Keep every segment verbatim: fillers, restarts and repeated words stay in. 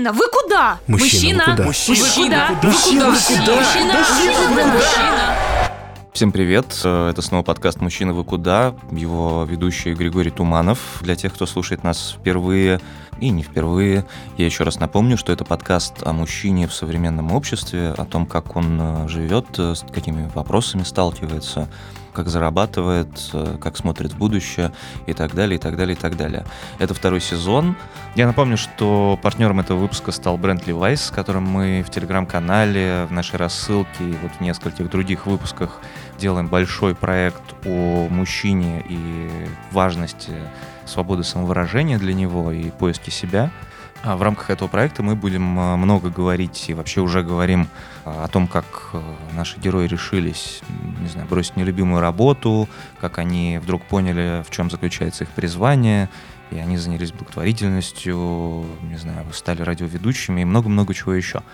Мужчина, вы куда? Мужчина, вы куда? Мужчина, вы куда? Мужчина, вы куда? Мужчина, Мужчина, вы куда? Всем привет, это снова подкаст «Мужчина, вы куда?», его ведущий Григорий Туманов. Для тех, кто слушает нас впервые и не впервые, я еще раз напомню, что это подкаст о мужчине в современном обществе, о том, как он живет, с какими вопросами сталкивается, как зарабатывает, как смотрит в будущее и так далее, и так далее, и так далее. Это второй сезон. Я напомню, что партнером этого выпуска стал бренд Levi's, с которым мы в телеграм-канале, в нашей рассылке и вот в нескольких других выпусках делаем большой проект о мужчине и важности свободы самовыражения для него и поиски себя. А в рамках этого проекта мы будем много говорить и вообще уже говорим о том, как наши герои решились, не знаю, бросить нелюбимую работу, как они вдруг поняли, в чем заключается их призвание, и они занялись благотворительностью, не знаю, стали радиоведущими и много-много чего еще.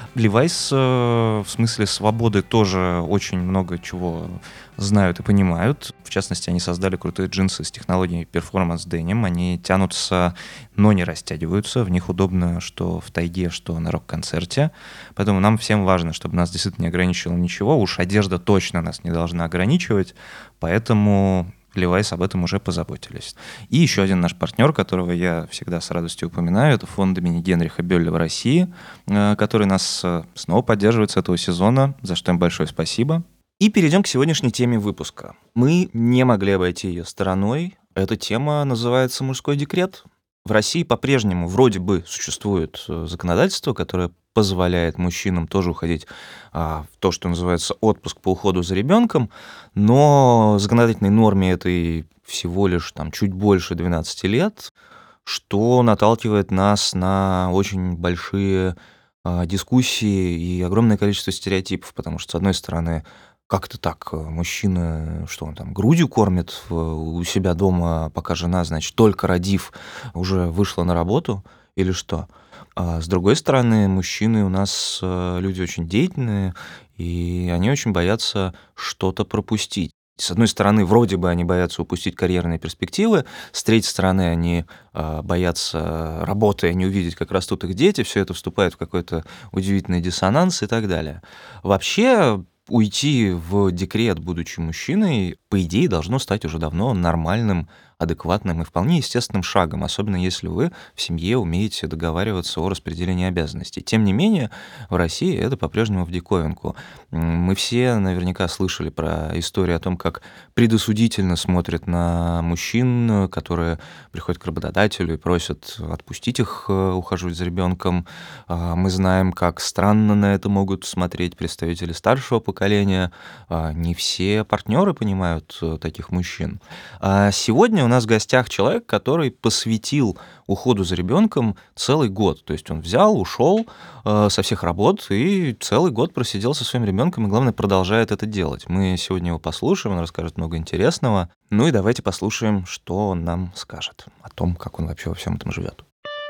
Levi's в смысле свободы тоже очень много чего знают и понимают. В частности, они создали крутые джинсы с технологией Performance Denim. Они тянутся, но не растягиваются. В них удобно, что в тайге, что на рок-концерте. Поэтому нам всем важно, чтобы нас действительно не ограничивало ничего. Уж одежда точно нас не должна ограничивать. Поэтому Levi's об этом уже позаботились. И еще один наш партнер, которого я всегда с радостью упоминаю, это фонд имени Генриха Бёлля в России, который нас снова поддерживает с этого сезона, за что им большое спасибо. И перейдем к сегодняшней теме выпуска. Мы не могли обойти ее стороной. Эта тема называется «Мужской декрет». В России по-прежнему вроде бы существует законодательство, которое позволяет мужчинам тоже уходить а, в то, что называется отпуск по уходу за ребенком, но законодательной норме этой всего лишь там, чуть больше двенадцати лет, что наталкивает нас на очень большие а, дискуссии и огромное количество стереотипов, потому что, с одной стороны, как это так? Мужчина, что он там, грудью кормит у себя дома, пока жена, значит, только родив, уже вышла на работу или что? А с другой стороны, мужчины у нас люди очень деятельные, и они очень боятся что-то пропустить. С одной стороны, вроде бы они боятся упустить карьерные перспективы, с третьей стороны, они боятся работы, и не увидеть, как растут их дети, все это вступает в какой-то удивительный диссонанс и так далее. Вообще, уйти в декрет, будучи мужчиной, по идее, должно стать уже давно нормальным, адекватным и вполне естественным шагом, особенно если вы в семье умеете договариваться о распределении обязанностей. Тем не менее, в России это по-прежнему в диковинку. Мы все наверняка слышали про историю о том, как предосудительно смотрят на мужчин, которые приходят к работодателю и просят отпустить их ухаживать за ребенком. Мы знаем, как странно на это могут смотреть представители старшего поколения. Не все партнеры понимают таких мужчин. А сегодня у нас в гостях человек, который посвятил уходу за ребенком целый год. То есть он взял, ушел э, со всех работ и целый год просидел со своим ребенком и, главное, продолжает это делать. Мы сегодня его послушаем, он расскажет много интересного. Ну и давайте послушаем, что он нам скажет о том, как он вообще во всем этом живет.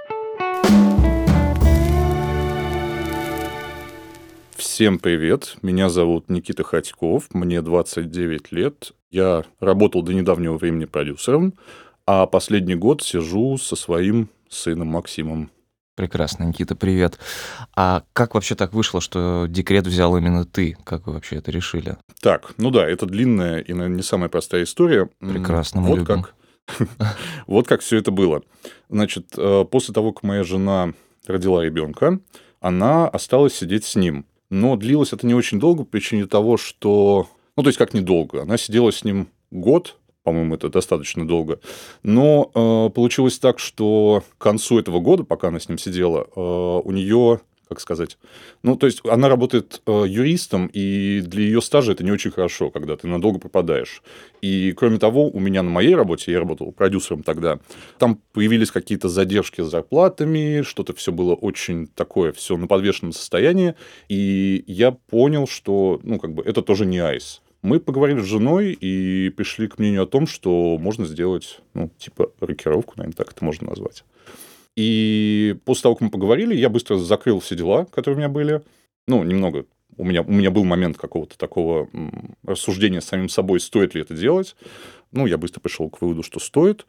Всем привет, меня зовут Никита Ходьков, мне двадцать девять лет, я работал до недавнего времени продюсером, а последний год сижу со своим сыном Максимом. Прекрасно, Никита, привет. А как вообще так вышло, что декрет взял именно ты? Как вы вообще это решили? Так, ну да, это длинная и, наверное, не самая простая история. Прекрасно, мы вот любим. Как... вот как все это было. Значит, после того, как моя жена родила ребенка, она осталась сидеть с ним. Но длилось это не очень долго по причине того, что... Ну, то есть, как недолго. Она сидела с ним год, по-моему, это достаточно долго. Но э, получилось так, что к концу этого года, пока она с ним сидела, э, у нее, как сказать... Ну, то есть, она работает э, юристом, и для ее стажа это не очень хорошо, когда ты надолго пропадаешь. И, кроме того, у меня на моей работе, я работал продюсером тогда, там появились какие-то задержки с зарплатами, что-то все было очень такое, все на подвешенном состоянии, и я понял, что, ну, как бы, это тоже не айс. Мы поговорили с женой и пришли к мнению о том, что можно сделать, ну, типа, рокировку, наверное, так это можно назвать. И после того, как мы поговорили, я быстро закрыл все дела, которые у меня были. Ну, немного. У меня, у меня был момент какого-то такого рассуждения с самим собой, стоит ли это делать. ну, я быстро пришел к выводу, что стоит,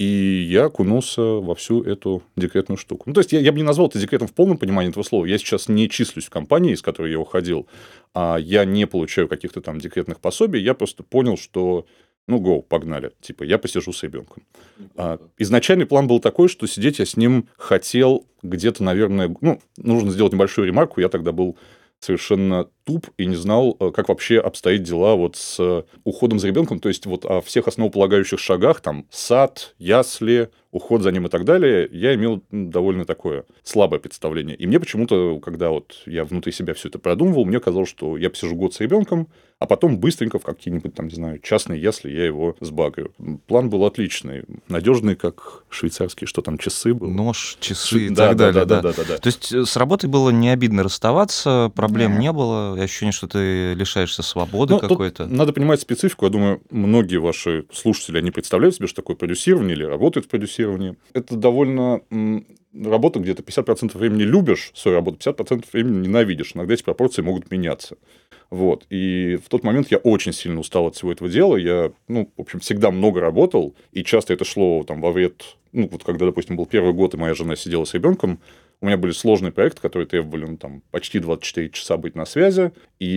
и я окунулся во всю эту декретную штуку. Ну, то есть, я, я бы не назвал это декретом в полном понимании этого слова. Я сейчас не числюсь в компании, из которой я уходил, а я не получаю каких-то там декретных пособий, я просто понял, что, ну, гоу, погнали. Типа, я посижу с ребенком. А, изначальный план был такой, что сидеть я с ним хотел где-то, наверное... Ну, нужно сделать небольшую ремарку. Я тогда был совершенно туп и не знал, как вообще обстоят дела вот с уходом за ребенком. То есть, вот о всех основополагающих шагах, там, сад, ясли, уход за ним и так далее, я имел довольно такое слабое представление. И мне почему-то, когда вот я внутри себя все это продумывал, мне казалось, что я посижу год с ребенком, а потом быстренько в какие-нибудь, там, не знаю, частные ясли я его сбагрю. План был отличный, надежный, как швейцарские, что там, часы были. Нож, часы и Да, так да, далее. да, Да, да, да, да. То есть, с работой было не обидно расставаться, проблем не было, ощущение, что ты лишаешься свободы Ну, тут какой-то. надо понимать специфику. Я думаю, многие ваши слушатели, они представляют себе, что такое продюсирование или работают в продюсировании. Это довольно м, работа, где ты пятьдесят процентов времени любишь свою работу, пятьдесят процентов времени ненавидишь. Иногда эти пропорции могут меняться. Вот. И в тот момент я очень сильно устал от всего этого дела. Я, ну, в общем, всегда много работал, и часто это шло там во вред. Ну, вот когда, допустим, был первый год, и моя жена сидела с ребенком, у меня были сложные проекты, которые требовали, ну, там, почти двадцать четыре часа быть на связи,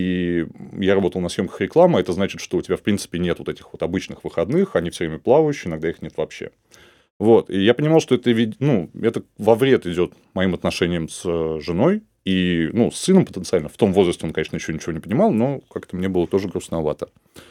и я работал на съемках рекламы, это значит, что у тебя, в принципе, нет вот этих вот обычных выходных, они все время плавающие, иногда их нет вообще. Вот, и я понимал, что это, ну, это во вред идет моим отношениям с женой, и, ну, с сыном потенциально. В том возрасте он, конечно, еще ничего не понимал, но как-то мне было тоже грустновато.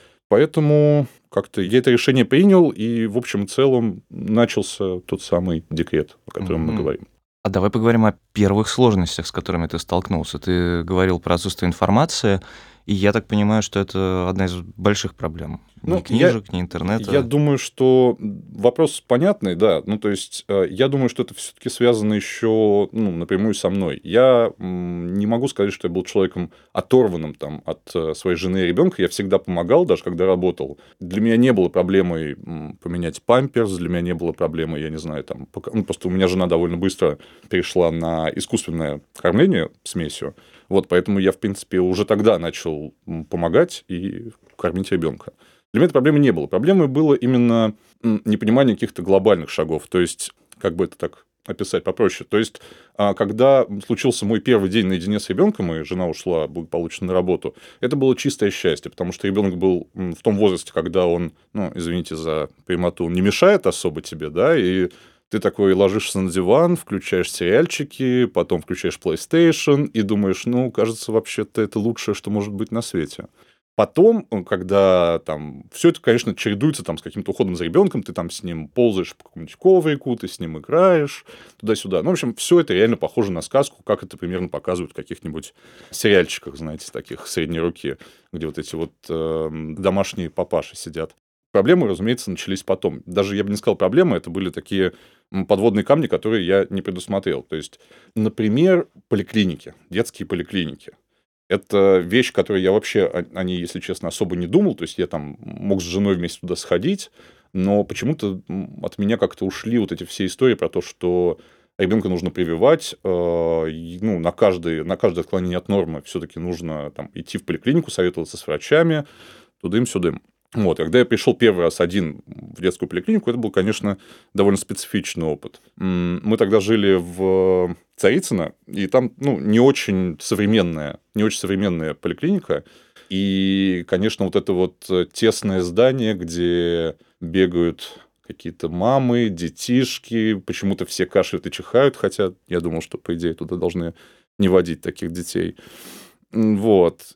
Поэтому как-то я это решение принял, и, в общем и целом, начался тот самый декрет, о котором mm-hmm. мы говорим. А давай поговорим о первых сложностях, с которыми ты столкнулся. Ты говорил про отсутствие информации, и я так понимаю, что это одна из больших проблем. Ни ну, книжек, я, ни интернета. Я думаю, что вопрос понятный, да. Ну, то есть, я думаю, что это все-таки связано еще, ну, напрямую со мной. Я не могу сказать, что я был человеком оторванным там, от своей жены и ребенка. Я всегда помогал, даже когда работал. Для меня не было проблемой поменять памперс, для меня не было проблемы, я не знаю, там, ну, просто у меня жена довольно быстро перешла на искусственное кормление смесью. Вот, поэтому я, в принципе, уже тогда начал помогать и кормить ребенка. Для меня этой проблемы не было. Проблемой было именно непонимание каких-то глобальных шагов. То есть, как бы это так описать попроще. То есть, когда случился мой первый день наедине с ребенком, и жена ушла благополучно на работу, это было чистое счастье, потому что ребенок был в том возрасте, когда он, ну, извините за прямоту, не мешает особо тебе, да, и ты такой ложишься на диван, включаешь сериальчики, потом включаешь PlayStation и думаешь, ну, кажется, вообще-то это лучшее, что может быть на свете. Потом, когда там все это, конечно, чередуется там, с каким-то уходом за ребенком, ты там с ним ползаешь по какому-нибудь коврику, ты с ним играешь туда-сюда. Ну, в общем, все это реально похоже на сказку, как это примерно показывают в каких-нибудь сериальчиках, знаете, таких средней руки, где вот эти вот э, домашние папаши сидят. Проблемы, разумеется, начались потом. Даже я бы не сказал проблемы, это были такие подводные камни, которые я не предусмотрел. То есть, например, поликлиники, детские поликлиники. Это вещь, которую я вообще о ней, если честно, особо не думал. То есть, я там мог с женой вместе туда сходить, но почему-то от меня как-то ушли вот эти все истории про то, что ребенка нужно прививать, э, ну, на, каждый, на каждое отклонение от нормы все-таки нужно там, идти в поликлинику, советоваться с врачами, тудым-сюдым. Вот, когда я пришел первый раз один в детскую поликлинику, это был, конечно, довольно специфичный опыт. Мы тогда жили в Царицыно, и там, ну, не очень современная, не очень современная поликлиника. И, конечно, вот это вот тесное здание, где бегают какие-то мамы, детишки, почему-то все кашляют и чихают, хотя я думал, что, по идее, туда должны не водить таких детей. Вот.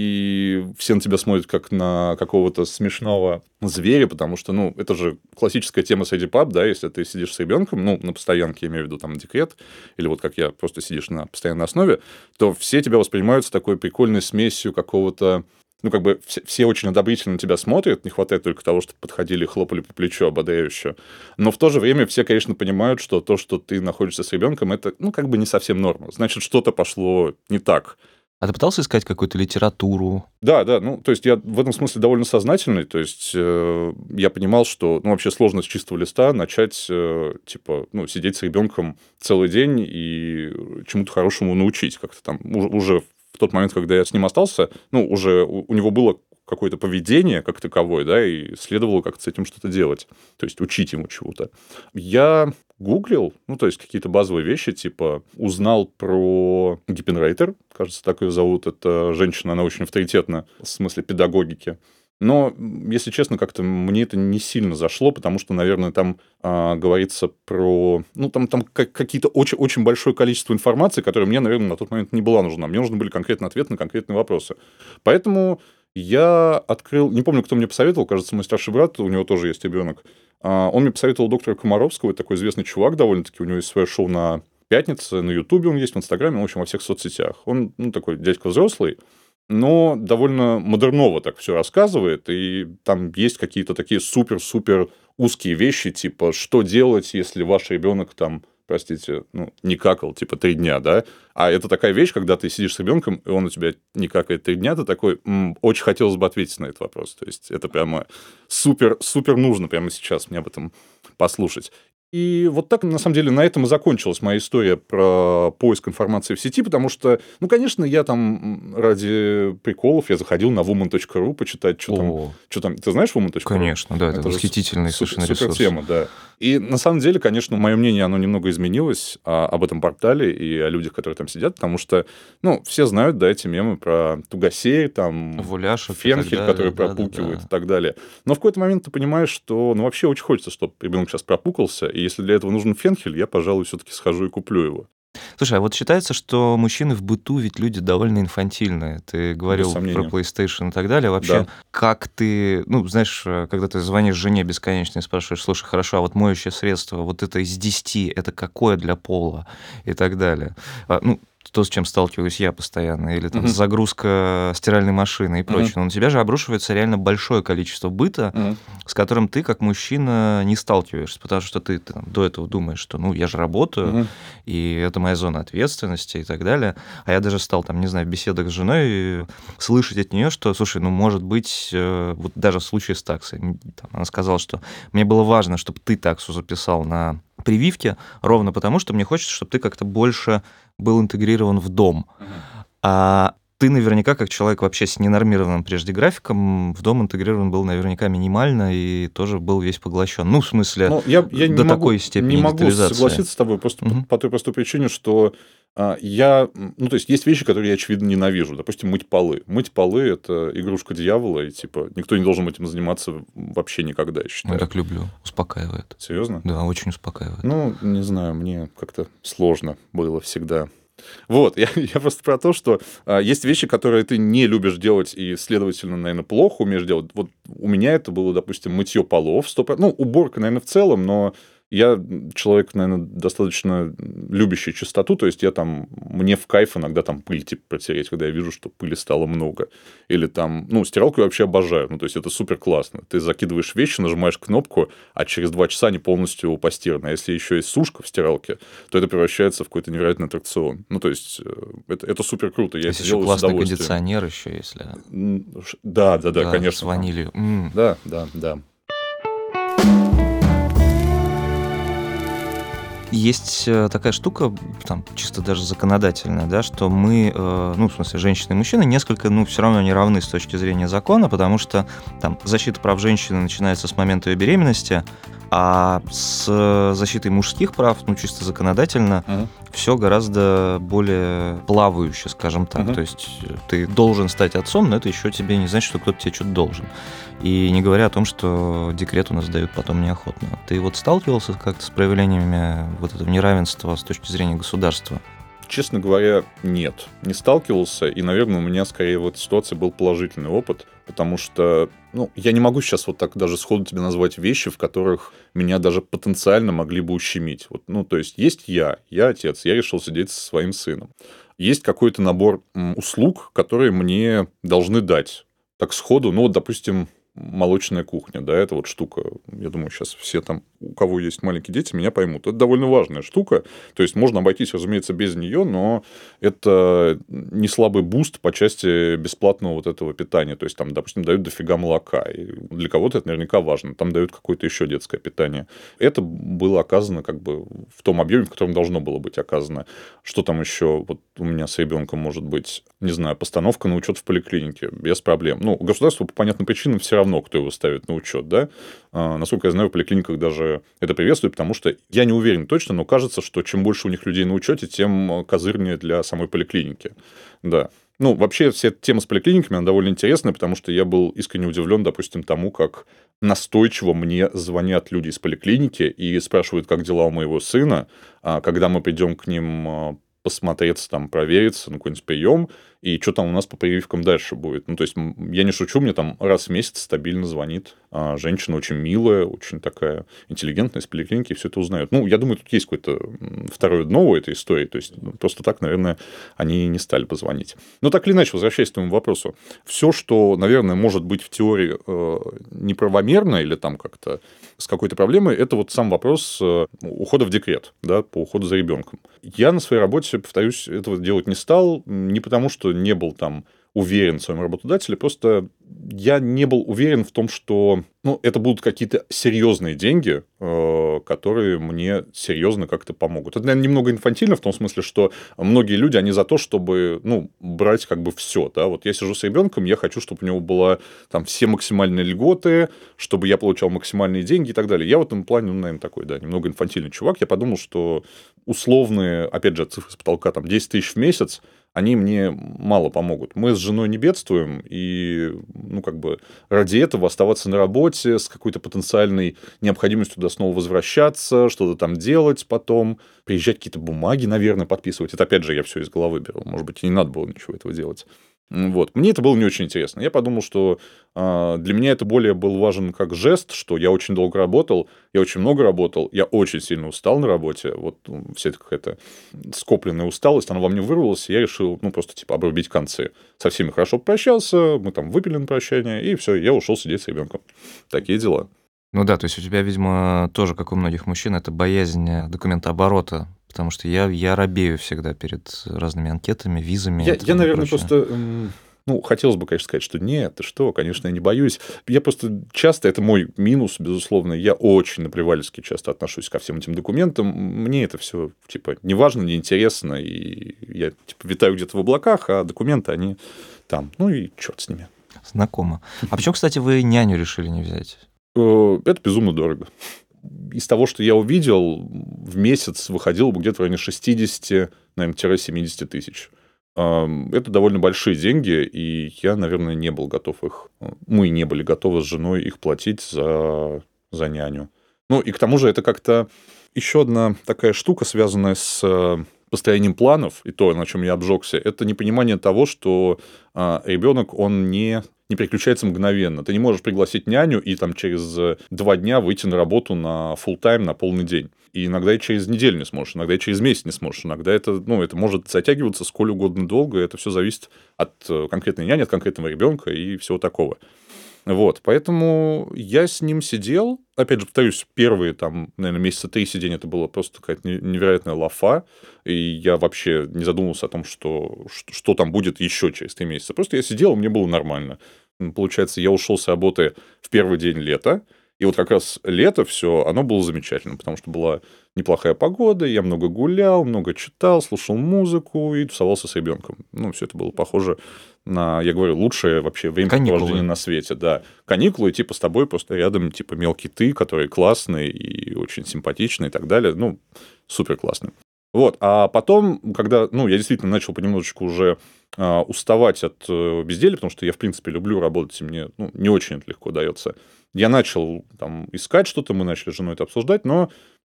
И все на тебя смотрят как на какого-то смешного зверя, потому что, ну, это же классическая тема среди пап, да, если ты сидишь с ребенком, ну, на постоянке, я имею в виду, там, декрет, или вот как я, просто сидишь на постоянной основе, то все тебя воспринимают с такой прикольной смесью какого-то, ну, как бы все, все очень одобрительно на тебя смотрят, не хватает только того, чтобы подходили и хлопали по плечу ободряюще. Но в то же время все, конечно, понимают, что то, что ты находишься с ребенком, это, ну, как бы не совсем норма. Значит, что-то пошло не так. А ты пытался искать какую-то литературу? Да, да, ну, то есть, я в этом смысле довольно сознательный, то есть, э, я понимал, что, ну, вообще сложно с чистого листа начать, э, типа, ну, сидеть с ребенком целый день и чему-то хорошему научить как-то там. Уже в тот момент, когда я с ним остался, ну, уже у, у него было какое-то поведение как таковое, да, и следовало как-то с этим что-то делать, то есть учить ему чего-то. Я гуглил, ну, то есть какие-то базовые вещи, типа узнал про Гиппенрейтер, кажется, так ее зовут, это женщина, она очень авторитетна в смысле педагогики. Но, если честно, как-то мне это не сильно зашло, потому что, наверное, там а, говорится про... Ну, там, там какие-то очень, очень большое количество информации, которая мне, наверное, на тот момент не была нужна. Мне нужны были конкретные ответы на конкретные вопросы. Поэтому я открыл... Не помню, кто мне посоветовал, кажется, мой старший брат, у него тоже есть ребенок. А, он мне посоветовал доктора Комаровского, такой известный чувак довольно-таки, у него есть свое шоу на пятнице, на Ютубе он есть, в Инстаграме, в общем, во всех соцсетях. Он, ну, такой дядька взрослый, но довольно модерново так все рассказывает, и там есть какие-то такие супер-супер узкие вещи, типа, что делать, если ваш ребенок там, простите, ну, не какал, типа, три дня, да? А это такая вещь, когда ты сидишь с ребенком, и он у тебя не какает три дня, ты такой, м-м, очень хотелось бы ответить на этот вопрос. То есть, это прямо супер-супер нужно прямо сейчас мне об этом послушать. И вот так, на самом деле, на этом и закончилась моя история про поиск информации в сети, потому что, ну, конечно, я там ради приколов, я заходил на woman точка ру почитать, что там, что там. Ты знаешь woman точка ру? Конечно, да, это, это восхитительный совершенно ресурс. Супер тема, да. И на самом деле, конечно, мое мнение, оно немного изменилось а, об этом портале и о людях, которые там сидят, потому что, ну, все знают, да, эти мемы про Тугасей, там, Вуляшев, Фенхель, который да, пропукивает да, да. и так далее. Но в какой-то момент ты понимаешь, что, ну, вообще очень хочется, чтобы ребенок сейчас пропукался, и если для этого нужен Фенхель, я, пожалуй, все-таки схожу и куплю его. Слушай, а вот считается, что мужчины в быту ведь люди довольно инфантильные. Ты говорил про PlayStation и так далее. Вообще, да. Как ты... Ну, знаешь, когда ты звонишь жене бесконечно и спрашиваешь, слушай, хорошо, а вот моющее средство, вот это из десяти, это какое для пола? И так далее. Ну, то, с чем сталкиваюсь я постоянно, или там uh-huh. загрузка стиральной машины и прочее. Uh-huh. Но на тебя же обрушивается реально большое количество быта, uh-huh. с которым ты, как мужчина, не сталкиваешься, потому что ты, ты там, до этого думаешь, что ну я же работаю, uh-huh. и это моя зона ответственности и так далее. А я даже стал, там, не знаю, в беседах с женой слышать от нее, что, слушай, ну, может быть, вот даже в случае с таксой, там, она сказала, что мне было важно, чтобы ты таксу записал на прививке, ровно потому, что мне хочется, чтобы ты как-то больше был интегрирован в дом. Uh-huh. А ты наверняка, как человек вообще с ненормированным прежде графиком, в дом интегрирован был наверняка минимально и тоже был весь поглощен. Ну, в смысле, ну, я, я до такой могу, степени не могу согласиться с тобой просто uh-huh. по, по той простой причине, что а, я... Ну, то есть, есть вещи, которые я, очевидно, ненавижу. Допустим, мыть полы. Мыть полы – это игрушка дьявола, и, типа, никто не должен этим заниматься вообще никогда, я считаю. Я так люблю. Успокаивает. Серьезно? Да, очень успокаивает. Ну, не знаю, мне как-то сложно было всегда. Вот, я, я просто про то, что а, есть вещи, которые ты не любишь делать и, следовательно, наверное, плохо умеешь делать. Вот у меня это было, допустим, мытье полов, сто процентов, ну, уборка, наверное, в целом, но я человек, наверное, достаточно любящий чистоту, то есть я там, мне в кайф иногда там пыль типа протереть, когда я вижу, что пыли стало много. Или там, ну, стиралку я вообще обожаю, ну, то есть это супер классно. Ты закидываешь вещи, нажимаешь кнопку, а через два часа они полностью постираны. А если еще есть сушка в стиралке, то это превращается в какой-то невероятный аттракцион. Ну, то есть это, это супер круто. Я есть это еще делаю классный с удовольствием. кондиционер еще, если... Да, да, да, да, конечно. С ванилью. М-м. Да, да, да. Есть такая штука, там, чисто даже законодательная, да, что мы, ну, в смысле, женщины и мужчины несколько, ну, все равно не равны с точки зрения закона, потому что там защита прав женщины начинается с момента ее беременности, а с защитой мужских прав, ну, чисто законодательно, uh-huh. все гораздо более плавающе, скажем так. Uh-huh. То есть ты должен стать отцом, но это еще тебе не значит, что кто-то тебе что-то должен. И не говоря о том, что декрет у нас дают потом неохотно. Ты вот сталкивался как-то с проявлениями вот этого неравенства с точки зрения государства? Честно говоря, нет. Не сталкивался, и, наверное, у меня скорее в этой ситуации был положительный опыт, потому что, ну, я не могу сейчас вот так даже сходу тебе назвать вещи, в которых меня даже потенциально могли бы ущемить. Вот, ну, то есть, есть я, я отец, я решил сидеть со своим сыном. Есть какой-то набор услуг, которые мне должны дать. Так сходу, ну, вот, допустим, молочная кухня, да, это вот штука, я думаю, сейчас все там, у кого есть маленькие дети, меня поймут. Это довольно важная штука, то есть можно обойтись, разумеется, без нее, но это не слабый буст по части бесплатного вот этого питания, то есть там, допустим, дают дофига молока, и для кого-то это наверняка важно, там дают какое-то еще детское питание. Это было оказано как бы в том объеме, в котором должно было быть оказано. Что там еще вот у меня с ребенком может быть, не знаю, постановка на учет в поликлинике, без проблем. Ну, государству по понятным причинам все равно, кто его ставит на учет, да. А, насколько я знаю, в поликлиниках даже это приветствуют, потому что я не уверен точно, но кажется, что чем больше у них людей на учете, тем козырнее для самой поликлиники. Да. Ну, вообще, вся эта тема с поликлиниками, она довольно интересная, потому что я был искренне удивлен, допустим, тому, как настойчиво мне звонят люди из поликлиники и спрашивают, как дела у моего сына, а когда мы придем к ним посмотреться, там, провериться на какой-нибудь прием, и что там у нас по прививкам дальше будет. Ну, то есть, я не шучу, мне там раз в месяц стабильно звонит а женщина очень милая, очень такая интеллигентная из поликлиники, и все это узнают. Ну, я думаю, тут есть какое-то второе дно у этой истории, то есть, просто так, наверное, они не стали бы звонить. Но так или иначе, возвращаясь к твоему вопросу, все, что, наверное, может быть в теории э, неправомерно или там как-то с какой-то проблемой, это вот сам вопрос э, ухода в декрет, да, по уходу за ребенком. Я на своей работе, повторюсь, этого делать не стал, не потому что не был там уверен в своем работодателе, просто я не был уверен в том, что ну, это будут какие-то серьезные деньги, э, которые мне серьезно как-то помогут. Это, наверное, немного инфантильно в том смысле, что многие люди, они за то, чтобы ну, брать как бы все. Да? Вот я сижу с ребенком, я хочу, чтобы у него было там все максимальные льготы, чтобы я получал максимальные деньги и так далее. Я в этом плане, ну, наверное, такой, да, немного инфантильный чувак. Я подумал, что условные, опять же, цифры с потолка, там, десять тысяч в месяц, они мне мало помогут. Мы с женой не бедствуем, и, ну, как бы, ради этого оставаться на работе с какой-то потенциальной необходимостью туда снова возвращаться, что-то там делать потом, приезжать какие-то бумаги, наверное, подписывать. Это, опять же, я все из головы беру. Может быть, и не надо было ничего этого делать. Вот. Мне это было не очень интересно. Я подумал, что э, для меня это более был важен как жест, что я очень долго работал, я очень много работал, я очень сильно устал на работе. Вот ну, вся эта какая-то скопленная усталость, она во мне вырвалась, и я решил, ну, просто типа обрубить концы. Со всеми хорошо попрощался, мы там выпили на прощание, и все, я ушел сидеть с ребенком. Такие дела. Ну да, то есть у тебя, видимо, тоже, как у многих мужчин, это боязнь документооборота. Потому что я, я робею всегда перед разными анкетами, визами. Я, я наверное, прочее. просто... Ну, хотелось бы, конечно, сказать, что нет, ты что, конечно, я не боюсь. Я просто часто, это мой минус, безусловно, я очень наплевательски часто отношусь ко всем этим документам. Мне это все, типа, не важно, не интересно, и я, типа, витаю где-то в облаках, а документы, они там. Ну, и черт с ними. Знакомо. А почему, кстати, вы няню решили не взять? Это безумно дорого. Из того, что я увидел, в месяц выходило бы где-то в районе шестьдесят, наверное, семьдесят тысяч. Это довольно большие деньги, и я, наверное, не был готов их... Мы не были готовы с женой их платить за, за няню. Ну, и к тому же это как-то еще одна такая штука, связанная с построением планов, и то, на чем я обжегся, это непонимание того, что ребенок, он не... не переключается мгновенно. Ты не можешь пригласить няню и там через два дня выйти на работу на фулл-тайм, на полный день. И иногда и через неделю не сможешь, иногда и через месяц не сможешь. Иногда это, ну, это может затягиваться сколь угодно долго, и это все зависит от конкретной няни, от конкретного ребенка и всего такого. Вот, поэтому я с ним сидел, опять же, повторюсь, первые, там, наверное, месяца три сидения, это было просто какая-то невероятная лафа, и я вообще не задумывался о том, что, что, что там будет еще через три месяца. Просто я сидел, и мне было нормально. Получается, я ушел с работы в первый день лета, и вот как раз лето все, оно было замечательно, потому что была неплохая погода, я много гулял, много читал, слушал музыку и тусовался с ребенком. Ну, все это было похоже на, я говорю, лучшее вообще времяпрепровождение на свете. Да. Каникулы, типа с тобой просто рядом, типа мелкий ты, который классный и очень симпатичный и так далее. Ну, супер классный. Вот, а потом, когда, ну, я действительно начал понемножечку уже э, уставать от э, безделья, потому что я, в принципе, люблю работать, и мне ну, не очень это легко дается. Я начал там искать что-то, мы начали с женой это обсуждать, но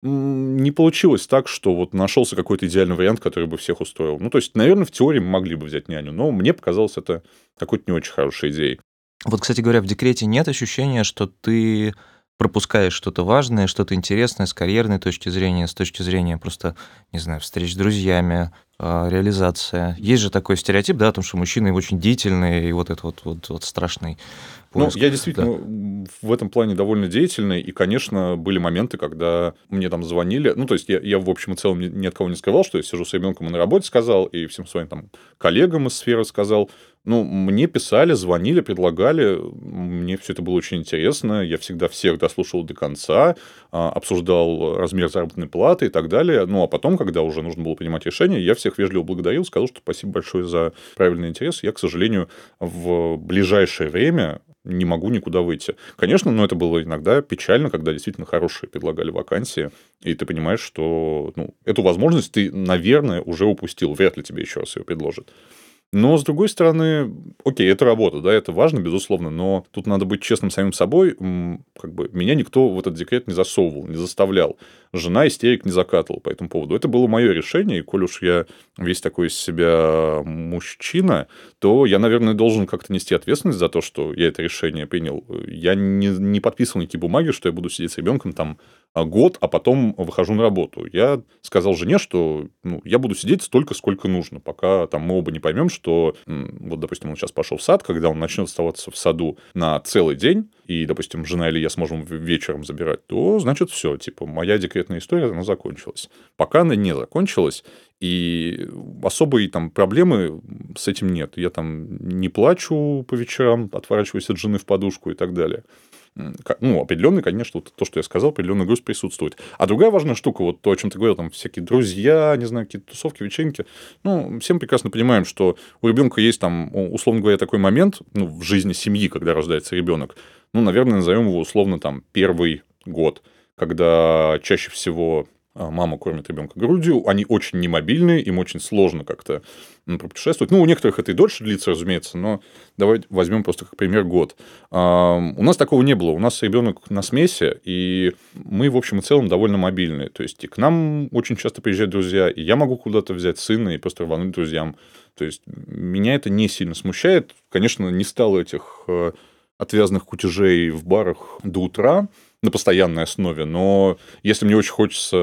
м- не получилось так, что вот нашелся какой-то идеальный вариант, который бы всех устроил. Ну, то есть, наверное, в теории мы могли бы взять няню, но мне показалось это какой-то не очень хорошей идеей. Вот, кстати говоря, в декрете нет ощущения, что ты пропускаешь что-то важное, что-то интересное с карьерной точки зрения, с точки зрения просто, не знаю, встреч с друзьями, а, реализация. Есть же такой стереотип, да, о том, что мужчины очень деятельные, и вот это вот, вот, вот страшный поиск. Ну, я действительно Да. в этом плане довольно деятельный, и, конечно, были моменты, когда мне там звонили, ну, то есть я, я в общем и целом ни, ни от кого не скрывал, что я сижу с ребенком и на работе сказал, и всем своим там коллегам из сферы сказал. Ну, мне писали, звонили, предлагали, мне все это было очень интересно, я всегда всех дослушал до конца, обсуждал размер заработной платы и так далее. Ну, а потом, когда уже нужно было принимать решение, я всех вежливо благодарил, сказал, что спасибо большое за правильный интерес. Я, к сожалению, в ближайшее время не могу никуда выйти. Конечно, но это было иногда печально, когда действительно хорошие предлагали вакансии, и ты понимаешь, что ну, эту возможность ты, наверное, уже упустил. Вряд ли тебе еще раз ее предложат. Но, с другой стороны, окей, это работа, да, это важно, безусловно, но тут надо быть честным самим собой. Как бы меня никто в этот декрет не засовывал, не заставлял. Жена истерик не закатывала по этому поводу. Это было мое решение, и коль уж я весь такой из себя мужчина, то я, наверное, должен как-то нести ответственность за то, что я это решение принял. Я не, не подписывал никакие бумаги, что я буду сидеть с ребенком там год, а потом выхожу на работу. Я сказал жене, что ну, я буду сидеть столько, сколько нужно, пока там, мы оба не поймем, что вот, допустим, он сейчас пошел в сад, когда он начнет оставаться в саду на целый день, и, допустим, жена или я сможем вечером забирать, то, значит, все, типа, моя декретная история, она закончилась. Пока она не закончилась, и особой там проблемы с этим нет. Я там не плачу по вечерам, отворачиваюсь от жены в подушку и так далее. Ну, определенный, конечно, вот то, что я сказал, определенный груз присутствует. А другая важная штука, вот то, о чем ты говорил, там всякие друзья, не знаю, какие-то тусовки, вечеринки. Ну, всем прекрасно понимаем, что у ребенка есть там, условно говоря, такой момент, ну, в жизни семьи, когда рождается ребенок. Ну, наверное, назовем его условно там первый год, когда чаще всего мама кормит ребенка грудью, они очень немобильные, им очень сложно как-то пропутешествовать. Ну, у некоторых это и дольше длится, разумеется, но давай возьмем просто как пример год. У нас такого не было. У нас ребенок на смеси, и мы, в общем и целом, довольно мобильные. То есть, и к нам очень часто приезжают друзья, и я могу куда-то взять сына и просто рвануть друзьям. То есть, меня это не сильно смущает. Конечно, не стало этих отвязанных кутежей в барах до утра, на постоянной основе, но если мне очень хочется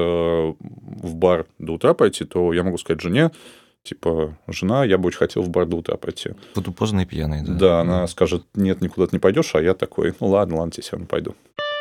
в бар до утра пойти, то я могу сказать жене, типа, жена, я бы очень хотел в бар до утра пойти. Буду поздно и пьяный, да. Да, она скажет, нет, никуда ты не пойдешь, а я такой, ну ладно, ладно, тебе все равно пойду.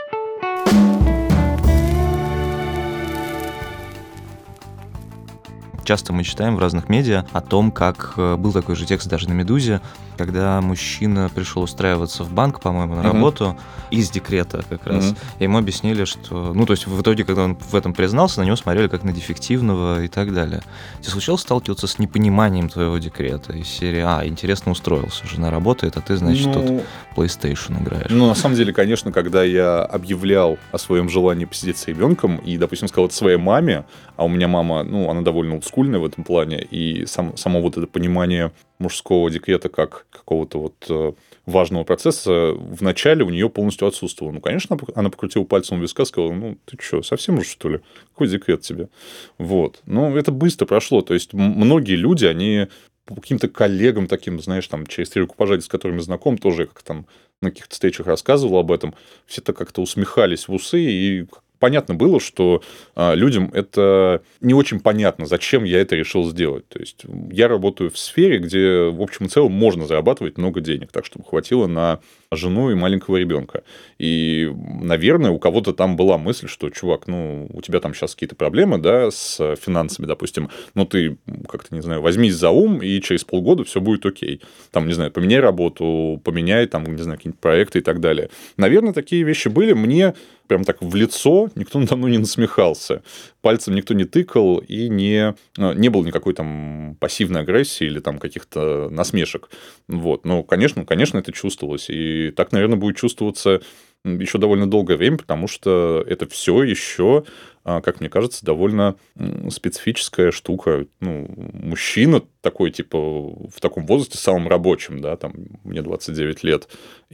Часто мы читаем в разных медиа о том, как был такой же текст даже на «Медузе», когда мужчина пришел устраиваться в банк, по-моему, на uh-huh. работу из декрета как раз. Uh-huh. И ему объяснили, что... Ну, то есть, в итоге, когда он в этом признался, на него смотрели как на дефективного и так далее. Тебе случалось сталкиваться с непониманием твоего декрета? Из серии, а, интересно устроился, жена работает, а ты, значит, ну... тут PlayStation играешь. Ну, на самом деле, конечно, когда я объявлял о своем желании посидеть с ребенком и, допустим, сказал это своей маме, а у меня мама, ну, она довольно олдскульная в этом плане, и сам, само вот это понимание мужского декрета как какого-то вот важного процесса вначале у нее полностью отсутствовало. Ну, конечно, она покрутила пальцем у виска, сказала, ну, ты что, совсем уже, что ли? Какой декрет тебе? Вот. Но это быстро прошло. То есть, многие люди, они по каким-то коллегам таким, знаешь, там, через три рукопожатия, с которыми знаком, тоже как там на каких-то встречах рассказывал об этом, все-то как-то усмехались в усы, и понятно было, что а, людям это не очень понятно, зачем я это решил сделать. То есть, я работаю в сфере, где, в общем и целом, можно зарабатывать много денег, так, чтобы хватило на жену и маленького ребенка. И, наверное, у кого-то там была мысль, что, чувак, ну, у тебя там сейчас какие-то проблемы, да, с финансами, допустим, но ты, как-то, не знаю, возьмись за ум, и через полгода все будет окей. Там, не знаю, поменяй работу, поменяй, там, не знаю, какие-нибудь проекты и так далее. Наверное, такие вещи были. Мне прям так в лицо никто надо мной не насмехался. Пальцем никто не тыкал, и не, не было никакой там пассивной агрессии или там каких-то насмешек. Вот. Но, конечно, конечно, это чувствовалось. И так, наверное, будет чувствоваться еще довольно долгое время, потому что это все еще, как мне кажется, довольно специфическая штука. Ну, мужчина такой, типа, в таком возрасте, самым рабочим, да, там, мне двадцать девять лет,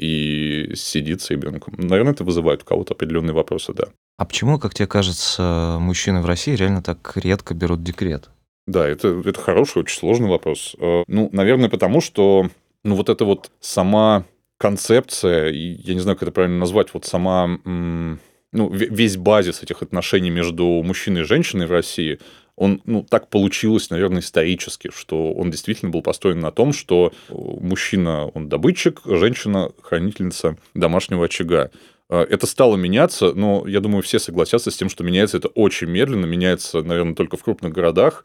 и сидит с ребенком. Наверное, это вызывает у кого-то определенные вопросы, да. А почему, как тебе кажется, мужчины в России реально так редко берут декрет? Да, это, это хороший, очень сложный вопрос. Ну, наверное, потому что, ну, вот это вот сама концепция, я не знаю, как это правильно назвать, вот сама, ну, весь базис этих отношений между мужчиной и женщиной в России, он, ну, так получилось, наверное, исторически, что он действительно был построен на том, что мужчина, он добытчик, женщина – хранительница домашнего очага. Это стало меняться, но я думаю, все согласятся с тем, что меняется это очень медленно, меняется, наверное, только в крупных городах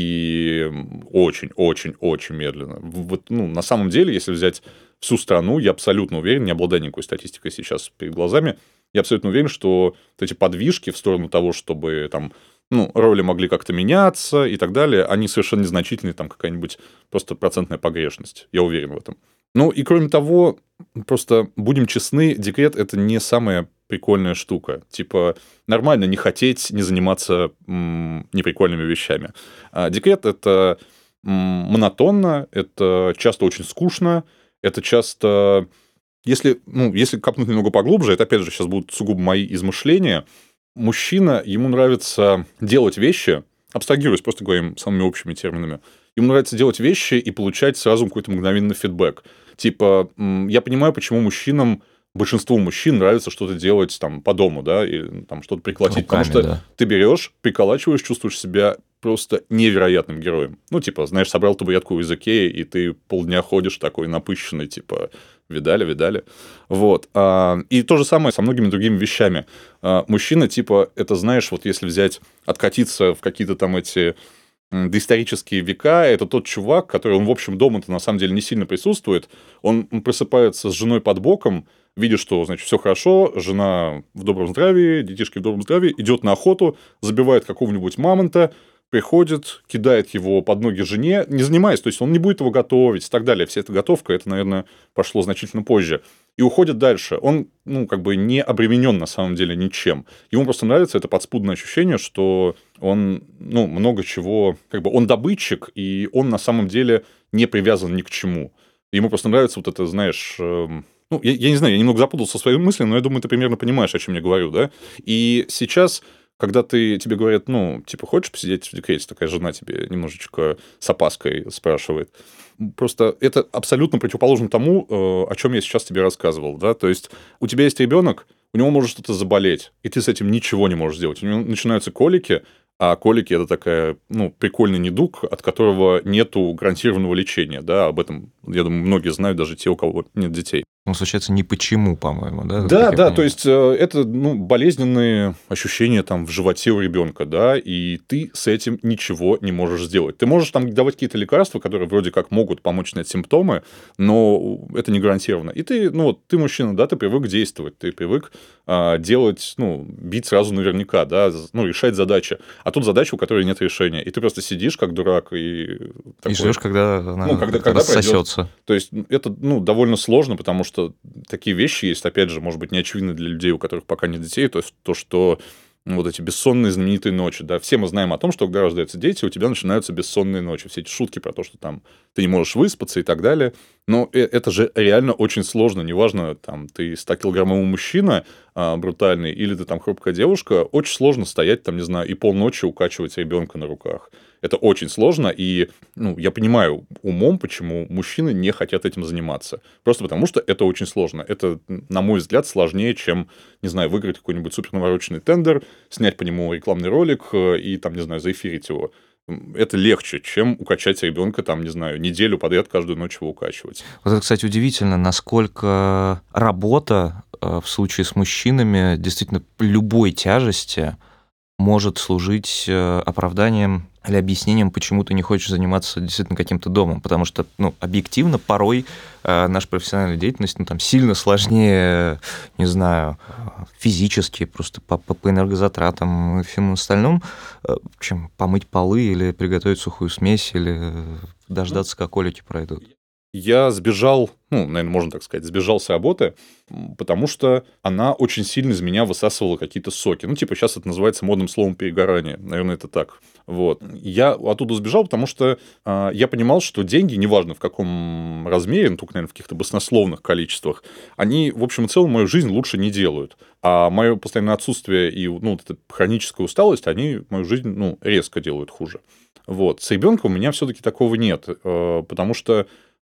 и очень-очень-очень медленно. Вот, ну, на самом деле, если взять всю страну, я абсолютно уверен, не обладая никакой статистикой сейчас перед глазами, я абсолютно уверен, что вот эти подвижки в сторону того, чтобы там, ну, роли могли как-то меняться и так далее, они совершенно незначительные, там какая-нибудь просто процентная погрешность. Я уверен в этом. Ну, и кроме того, просто будем честны, декрет – это не самая прикольная штука. Типа, нормально не хотеть, не заниматься м, неприкольными вещами. А декрет – это м, монотонно, это часто очень скучно, это часто... Если, ну, если копнуть немного поглубже, это, опять же, сейчас будут сугубо мои измышления, мужчина, ему нравится делать вещи, абстрагируясь, просто говорим самыми общими терминами, ему нравится делать вещи и получать сразу какой-то мгновенный фидбэк. Типа, я понимаю, почему мужчинам, большинству мужчин нравится что-то делать там по дому, да, или там что-то приколотить. Руками, потому что да. ты берешь, приколачиваешь, чувствуешь себя просто невероятным героем. Ну, типа, знаешь, собрал табуретку из Икеи, и ты полдня ходишь такой напыщенный, типа, видали, видали. Вот. И то же самое со многими другими вещами. Мужчина, типа, это, знаешь, вот если взять, откатиться в какие-то там эти доисторические века, это тот чувак, который, он, в общем, дома-то на самом деле не сильно присутствует, он просыпается с женой под боком, видит, что, значит, все хорошо, жена в добром здравии, детишки в добром здравии, идет на охоту, забивает какого-нибудь мамонта, приходит, кидает его под ноги жене, не занимаясь, то есть он не будет его готовить и так далее. Вся эта готовка, это, наверное, пошло значительно позже. И уходит дальше. Он, ну, как бы не обременен на самом деле ничем. Ему просто нравится это подспудное ощущение, что он, ну, много чего, как бы он добытчик, и он на самом деле не привязан ни к чему. Ему просто нравится вот это, знаешь... Эм... Ну, я, я не знаю, я немного запутался в своей мысли, но я думаю, ты примерно понимаешь, о чем я говорю, да? И сейчас... Когда ты, тебе говорят, ну, типа, хочешь посидеть в декрете, такая жена тебе немножечко с опаской спрашивает. Просто это абсолютно противоположно тому, о чем я сейчас тебе рассказывал. Да? То есть у тебя есть ребенок, у него может что-то заболеть, и ты с этим ничего не можешь сделать. У него начинаются колики, а колики – это такая, ну, прикольный недуг, от которого нету гарантированного лечения. Да? Об этом, я думаю, многие знают, даже те, у кого нет детей. Он случается не почему, по-моему, да? Да, да, то есть это, ну, болезненные ощущения там в животе у ребенка, да, и ты с этим ничего не можешь сделать. Ты можешь там давать какие-то лекарства, которые вроде как могут помочь снять симптомы, но это не гарантированно. И ты, ну, вот ты мужчина, да, ты привык действовать, ты привык а, делать, ну, бить сразу наверняка, да, ну, решать задачи. А тут задача, у которой нет решения. И ты просто сидишь как дурак и... Такой, и ждешь, когда она ну, когда, когда рассосется. То есть это, ну, довольно сложно, потому что что такие вещи есть, опять же, может быть, не очевидны для людей, у которых пока нет детей, то есть то, что ну, вот эти бессонные знаменитые ночи, да, все мы знаем о том, что когда рождаются дети, у тебя начинаются бессонные ночи, все эти шутки про то, что там ты не можешь выспаться и так далее, но это же реально очень сложно, неважно, там, ты ста-килограммовый мужчина а, брутальный, или ты там хрупкая девушка, очень сложно стоять, там, не знаю, и полночи укачивать ребенка на руках. Это очень сложно, и ну, я понимаю умом, почему мужчины не хотят этим заниматься. Просто потому, что это очень сложно. Это, на мой взгляд, сложнее, чем, не знаю, выиграть какой-нибудь супернавороченный тендер, снять по нему рекламный ролик и, там, не знаю, заэфирить его. Это легче, чем укачать ребенка, там, не знаю, неделю подряд каждую ночь его укачивать. Вот это, кстати, удивительно, насколько работа в случае с мужчинами действительно любой тяжести может служить оправданием или объяснением, почему ты не хочешь заниматься действительно каким-то домом. Потому что, ну, объективно, порой э, наша профессиональная деятельность, ну, там, сильно сложнее, не знаю, физически, просто по, по энергозатратам и всему остальному, э, чем помыть полы или приготовить сухую смесь, или дождаться, как колики пройдут. Я сбежал, ну, наверное, можно так сказать, сбежал с работы, потому что она очень сильно из меня высасывала какие-то соки. Ну, типа, сейчас это называется модным словом перегорание. Наверное, это так. Вот. Я оттуда сбежал, потому что э, я понимал, что деньги, неважно в каком размере, ну, только, наверное, в каких-то баснословных количествах, они, в общем и целом, мою жизнь лучше не делают. А мое постоянное отсутствие и, ну, вот эта хроническая усталость, они мою жизнь, ну, резко делают хуже. Вот. С ребенком у меня все-таки такого нет, э, потому что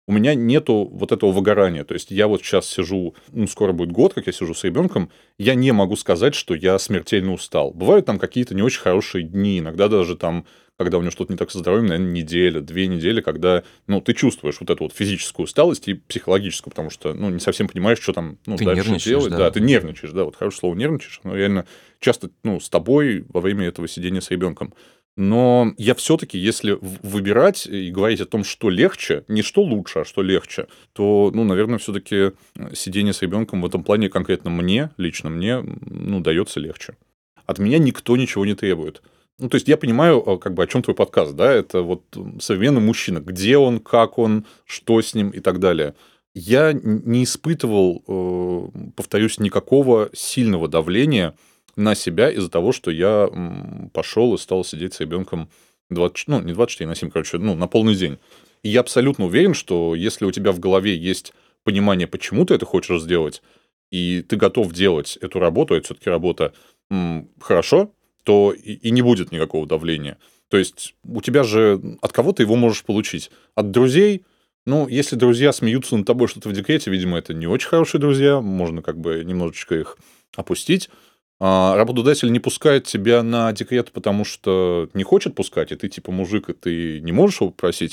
у меня нету вот этого выгорания. То есть я вот сейчас сижу, ну, скоро будет год, как я сижу с ребенком, я не могу сказать, что я смертельно устал. Бывают там какие-то не очень хорошие дни, иногда даже там, когда у него что-то не так со здоровьем, наверное, неделя, две недели, когда, ну, ты чувствуешь вот эту вот физическую усталость и психологическую, потому что, ну, не совсем понимаешь, что там, ну, ты дальше делать. Да. да, ты нервничаешь, да, вот хорошее слово нервничаешь, но реально часто, ну, с тобой во время этого сидения с ребенком. Но я все-таки, если выбирать и говорить о том, что легче, не что лучше, а что легче, то, ну, наверное, все-таки сидение с ребенком в этом плане конкретно мне, лично мне, ну, дается легче. От меня никто ничего не требует. Ну, то есть я понимаю, как бы, о чем твой подкаст, да, это вот современный мужчина, где он, как он, что с ним и так далее. Я не испытывал, повторюсь, никакого сильного давления на себя из-за того, что я пошел и стал сидеть с ребенком двадцать, ну, не двадцать четыре на семь, короче, ну, на полный день. И я абсолютно уверен, что если у тебя в голове есть понимание, почему ты это хочешь сделать, и ты готов делать эту работу, это все-таки работа, хорошо, то и, и не будет никакого давления. То есть у тебя же от кого ты его можешь получить? От друзей? Ну, если друзья смеются над тобой, что ты в декрете, видимо, это не очень хорошие друзья, можно как бы немножечко их опустить. А работодатель не пускает тебя на декрет, потому что не хочет пускать, и ты типа мужик, и ты не можешь его попросить.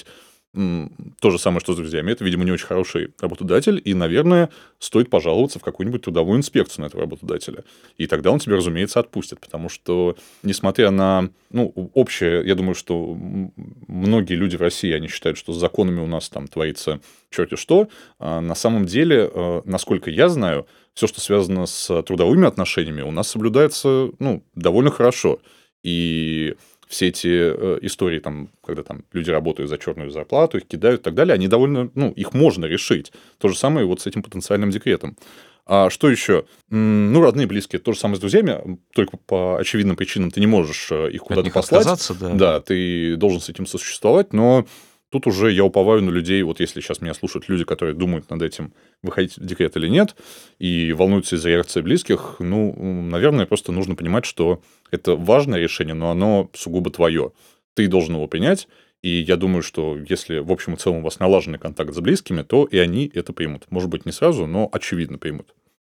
То же самое, что с друзьями. Это, видимо, не очень хороший работодатель, и, наверное, стоит пожаловаться в какую-нибудь трудовую инспекцию на этого работодателя. И тогда он тебя, разумеется, отпустит, потому что, несмотря на, ну, общее, я думаю, что многие люди в России, они считают, что с законами у нас там творится черти что, а на самом деле, насколько я знаю, все, что связано с трудовыми отношениями, у нас соблюдается, ну, довольно хорошо. И все эти э, истории, там, когда там люди работают за черную зарплату, их кидают и так далее, они довольно, ну, их можно решить. То же самое вот с этим потенциальным декретом. А что еще? Ну, родные, близкие, то же самое с друзьями, только по очевидным причинам ты не можешь их куда-то послать. Да. да, ты должен с этим сосуществовать, но тут уже я уповаю на людей, вот если сейчас меня слушают люди, которые думают над этим, выходить в декрет или нет, и волнуются из-за реакции близких, ну, наверное, просто нужно понимать, что это важное решение, но оно сугубо твое. Ты должен его принять, и я думаю, что если в общем и целом у вас налаженный контакт с близкими, то и они это примут. Может быть, не сразу, но очевидно примут.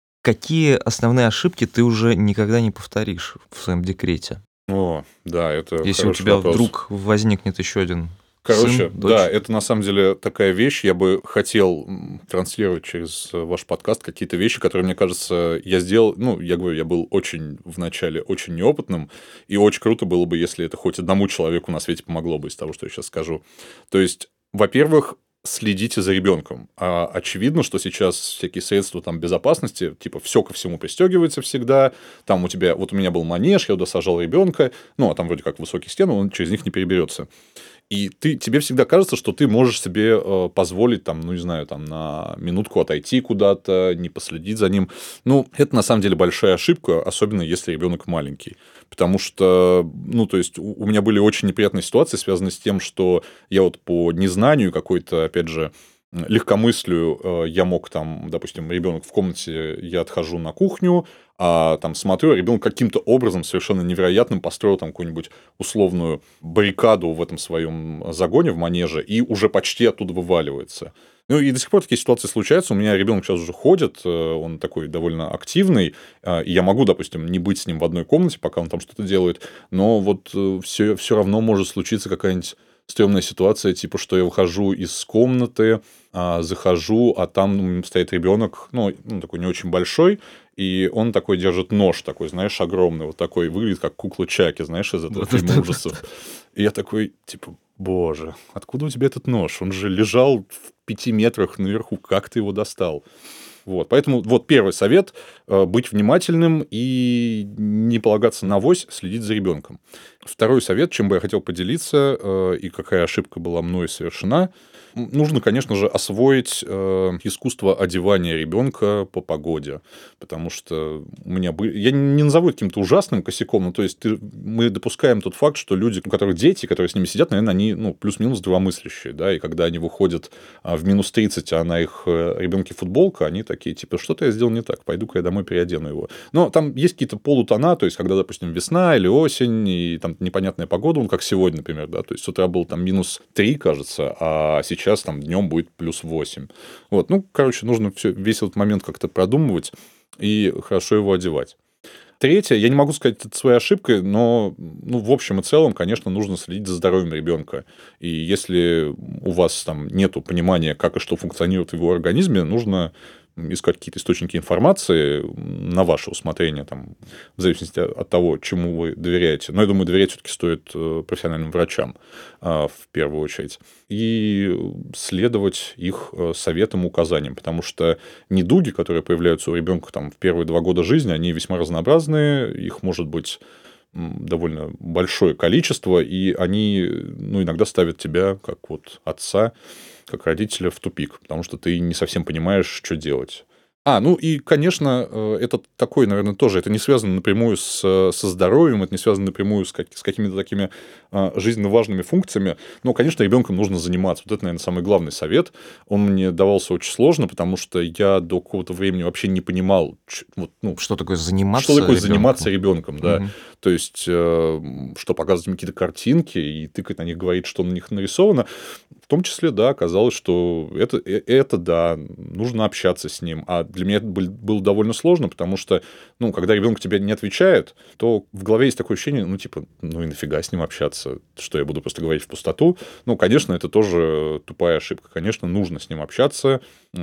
Какие основные ошибки ты уже никогда не повторишь в своем декрете? О, да, это Если у тебя вопрос. Вдруг возникнет еще один Короче, сын, дочь. Да, это на самом деле такая вещь. Я бы хотел транслировать через ваш подкаст какие-то вещи, которые, мне кажется, я сделал. Ну, я говорю, я был очень в начале очень неопытным, и очень круто было бы, если это хоть одному человеку на свете помогло бы из того, что я сейчас скажу. То есть, во-первых, следите за ребенком. А очевидно, что сейчас всякие средства там, безопасности, типа все ко всему пристегивается всегда. Там у тебя, вот у меня был манеж, я туда сажал ребенка, ну, а там вроде как высокие стены, он через них не переберется. И ты, тебе всегда кажется, что ты можешь себе э, позволить, там, ну, не знаю, там, на минутку отойти куда-то, не последить за ним. Ну, это на самом деле большая ошибка, особенно если ребенок маленький. Потому что, ну, то есть, у, у меня были очень неприятные ситуации, связанные с тем, что я вот по незнанию какой-то, опять же, легкомыслию э, я мог там, допустим, ребенок в комнате, я отхожу на кухню, а там смотрю, ребенок каким-то образом совершенно невероятным построил там какую-нибудь условную баррикаду в этом своем загоне, в манеже, и уже почти оттуда вываливается. Ну, и до сих пор такие ситуации случаются. У меня ребенок сейчас уже ходит, он такой довольно активный, и я могу, допустим, не быть с ним в одной комнате, пока он там что-то делает, но вот все, все равно может случиться какая-нибудь стрёмная ситуация, типа, что я выхожу из комнаты, а, захожу, а там стоит ребенок, ну, ну, такой не очень большой, и он такой держит нож, такой, знаешь, огромный, вот такой, выглядит как кукла Чаки, знаешь, из этого фильма ужасов. И я такой, типа, боже, откуда у тебя этот нож? Он же лежал в пяти метрах наверху, как ты его достал? Вот, поэтому вот первый совет – быть внимательным и не полагаться на авось, следить за ребенком. Второй совет, чем бы я хотел поделиться, и какая ошибка была мной совершена, нужно, конечно же, освоить искусство одевания ребенка по погоде, потому что у меня были... Я не назову это каким-то ужасным косяком, но то есть ты... мы допускаем тот факт, что люди, у которых дети, которые с ними сидят, наверное, они ну, плюс-минус здравомыслящие, да, и когда они выходят в минус тридцать, а на их ребенке футболка, они такие такие, типа, что-то я сделал не так, пойду-ка я домой переодену его. Но там есть какие-то полутона, то есть, когда, допустим, весна или осень, и там непонятная погода, он как сегодня, например, да, то есть, с утра был там минус три, кажется, а сейчас там днем будет плюс восемь. Вот, ну, короче, нужно все, весь этот момент как-то продумывать и хорошо его одевать. Третье, я не могу сказать это своей ошибкой, но ну, в общем и целом, конечно, нужно следить за здоровьем ребенка. И если у вас там нету понимания, как и что функционирует в его организме, нужно искать какие-то источники информации на ваше усмотрение, там, в зависимости от того, чему вы доверяете. Но я думаю, доверять все-таки стоит профессиональным врачам в первую очередь. И следовать их советам и указаниям, потому что недуги, которые появляются у ребенка там, в первые два года жизни, они весьма разнообразные, их может быть довольно большое количество, и они ну, иногда ставят тебя, как вот отца, как родителя, в тупик, потому что ты не совсем понимаешь, что делать. А, ну и, конечно, это такой, наверное, тоже, это не связано напрямую с, со здоровьем, это не связано напрямую с, как, с какими-то такими жизненно важными функциями, но, конечно, ребенком нужно заниматься. Вот это, наверное, самый главный совет. Он мне давался очень сложно, потому что я до какого-то времени вообще не понимал, вот, ну, что такое заниматься Что такое ребенком? заниматься ребенком, да. Угу. То есть, что показывать ему какие-то картинки и тыкать на них, говорить, что на них нарисовано. В том числе, да, оказалось, что это, это да, нужно общаться с ним. А для меня это было довольно сложно, потому что, ну, когда ребенок тебе не отвечает, то в голове есть такое ощущение, ну, типа, ну и нафига с ним общаться, что я буду просто говорить в пустоту. Ну, конечно, это тоже тупая ошибка. Конечно, нужно с ним общаться,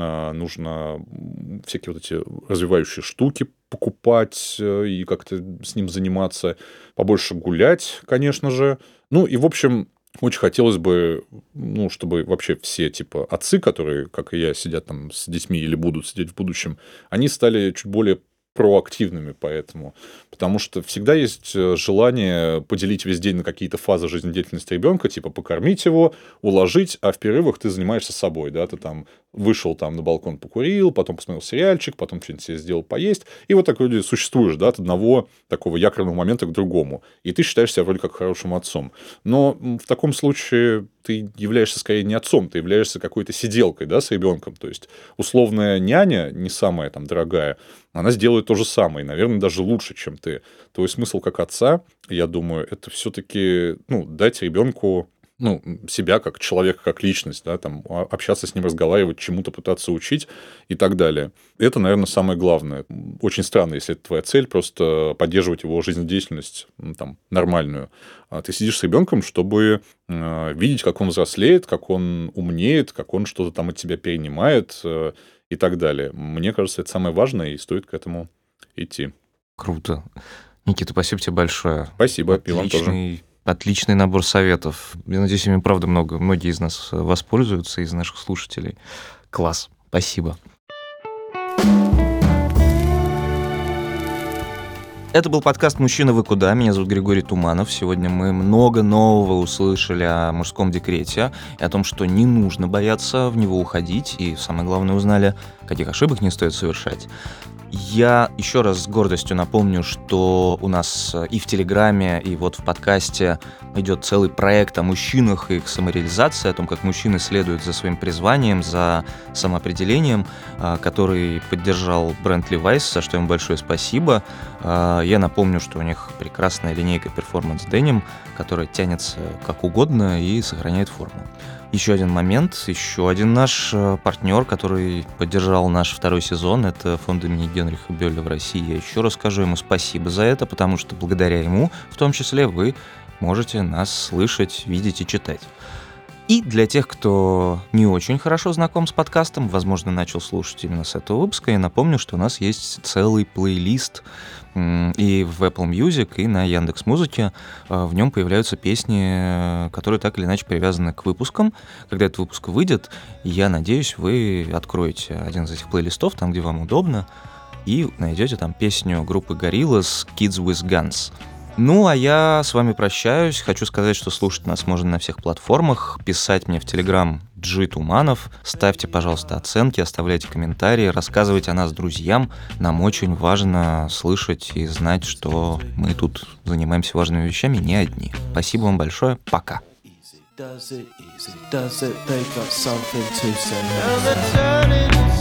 нужно всякие вот эти развивающие штуки покупать и как-то с ним заниматься, побольше гулять, конечно же. Ну, и, в общем, очень хотелось бы, ну, чтобы вообще все, типа, отцы, которые, как и я, сидят там с детьми или будут сидеть в будущем, они стали чуть более проактивными по этому. Потому что всегда есть желание поделить весь день на какие-то фазы жизнедеятельности ребенка, типа покормить его, уложить, а в перерывах ты занимаешься собой, да, ты там вышел там на балкон, покурил, потом посмотрел сериальчик, потом что-нибудь себе сделал поесть, и вот так вроде существуешь, да, от одного такого якорного момента к другому, и ты считаешь себя вроде как хорошим отцом. Но в таком случае ты являешься скорее не отцом, ты являешься какой-то сиделкой, да, с ребенком, то есть условная няня, не самая там дорогая, она сделает то же самое, и, наверное, даже лучше, чем ты. Твой смысл как отца, я думаю, это все-таки, ну, дать ребенку, ну, себя как человека, как личность, да, там, общаться с ним, разговаривать, чему-то пытаться учить и так далее. Это, наверное, самое главное. Очень странно, если это твоя цель, просто поддерживать его жизнедеятельность, ну, там, нормальную. А ты сидишь с ребенком, чтобы э, видеть, как он взрослеет, как он умнеет, как он что-то там от тебя перенимает э, и так далее. Мне кажется, это самое важное, и стоит к этому идти. Круто. Никита, спасибо тебе большое. Спасибо, и вам тоже. Отличный набор советов. Я надеюсь, ими, правда, много, многие из нас воспользуются, из наших слушателей. Класс. Спасибо. Это был подкаст «Мужчина, вы куда?». Меня зовут Григорий Туманов. Сегодня мы много нового услышали о мужском декрете и о том, что не нужно бояться в него уходить. И, самое главное, узнали, каких ошибок не стоит совершать. Я еще раз с гордостью напомню, что у нас и в Телеграме, и вот в подкасте идет целый проект о мужчинах и их самореализации, о том, как мужчины следуют за своим призванием, за самоопределением, который поддержал бренд Levi's, за что им большое спасибо. Я напомню, что у них прекрасная линейка Performance Denim, которая тянется как угодно и сохраняет форму. Еще один момент, еще один наш партнер, который поддержал наш второй сезон, это фонд имени Генриха Бёля в России. Я еще раз скажу ему спасибо за это, потому что благодаря ему, в том числе, вы можете нас слышать, видеть и читать. И для тех, кто не очень хорошо знаком с подкастом, возможно, начал слушать именно с этого выпуска, я напомню, что у нас есть целый плейлист и в Apple Music, и на Яндекс.Музыке. В нем появляются песни, которые так или иначе привязаны к выпускам. Когда этот выпуск выйдет, я надеюсь, вы откроете один из этих плейлистов, там, где вам удобно, и найдете там песню группы Gorillaz «Kids with Guns». Ну, а я с вами прощаюсь. Хочу сказать, что слушать нас можно на всех платформах, писать мне в Телеграм Джи Туманов, ставьте, пожалуйста, оценки, оставляйте комментарии, рассказывайте о нас друзьям. Нам очень важно слышать и знать, что мы тут занимаемся важными вещами не одни. Спасибо вам большое. Пока. Does it easy? Does it take up something to say?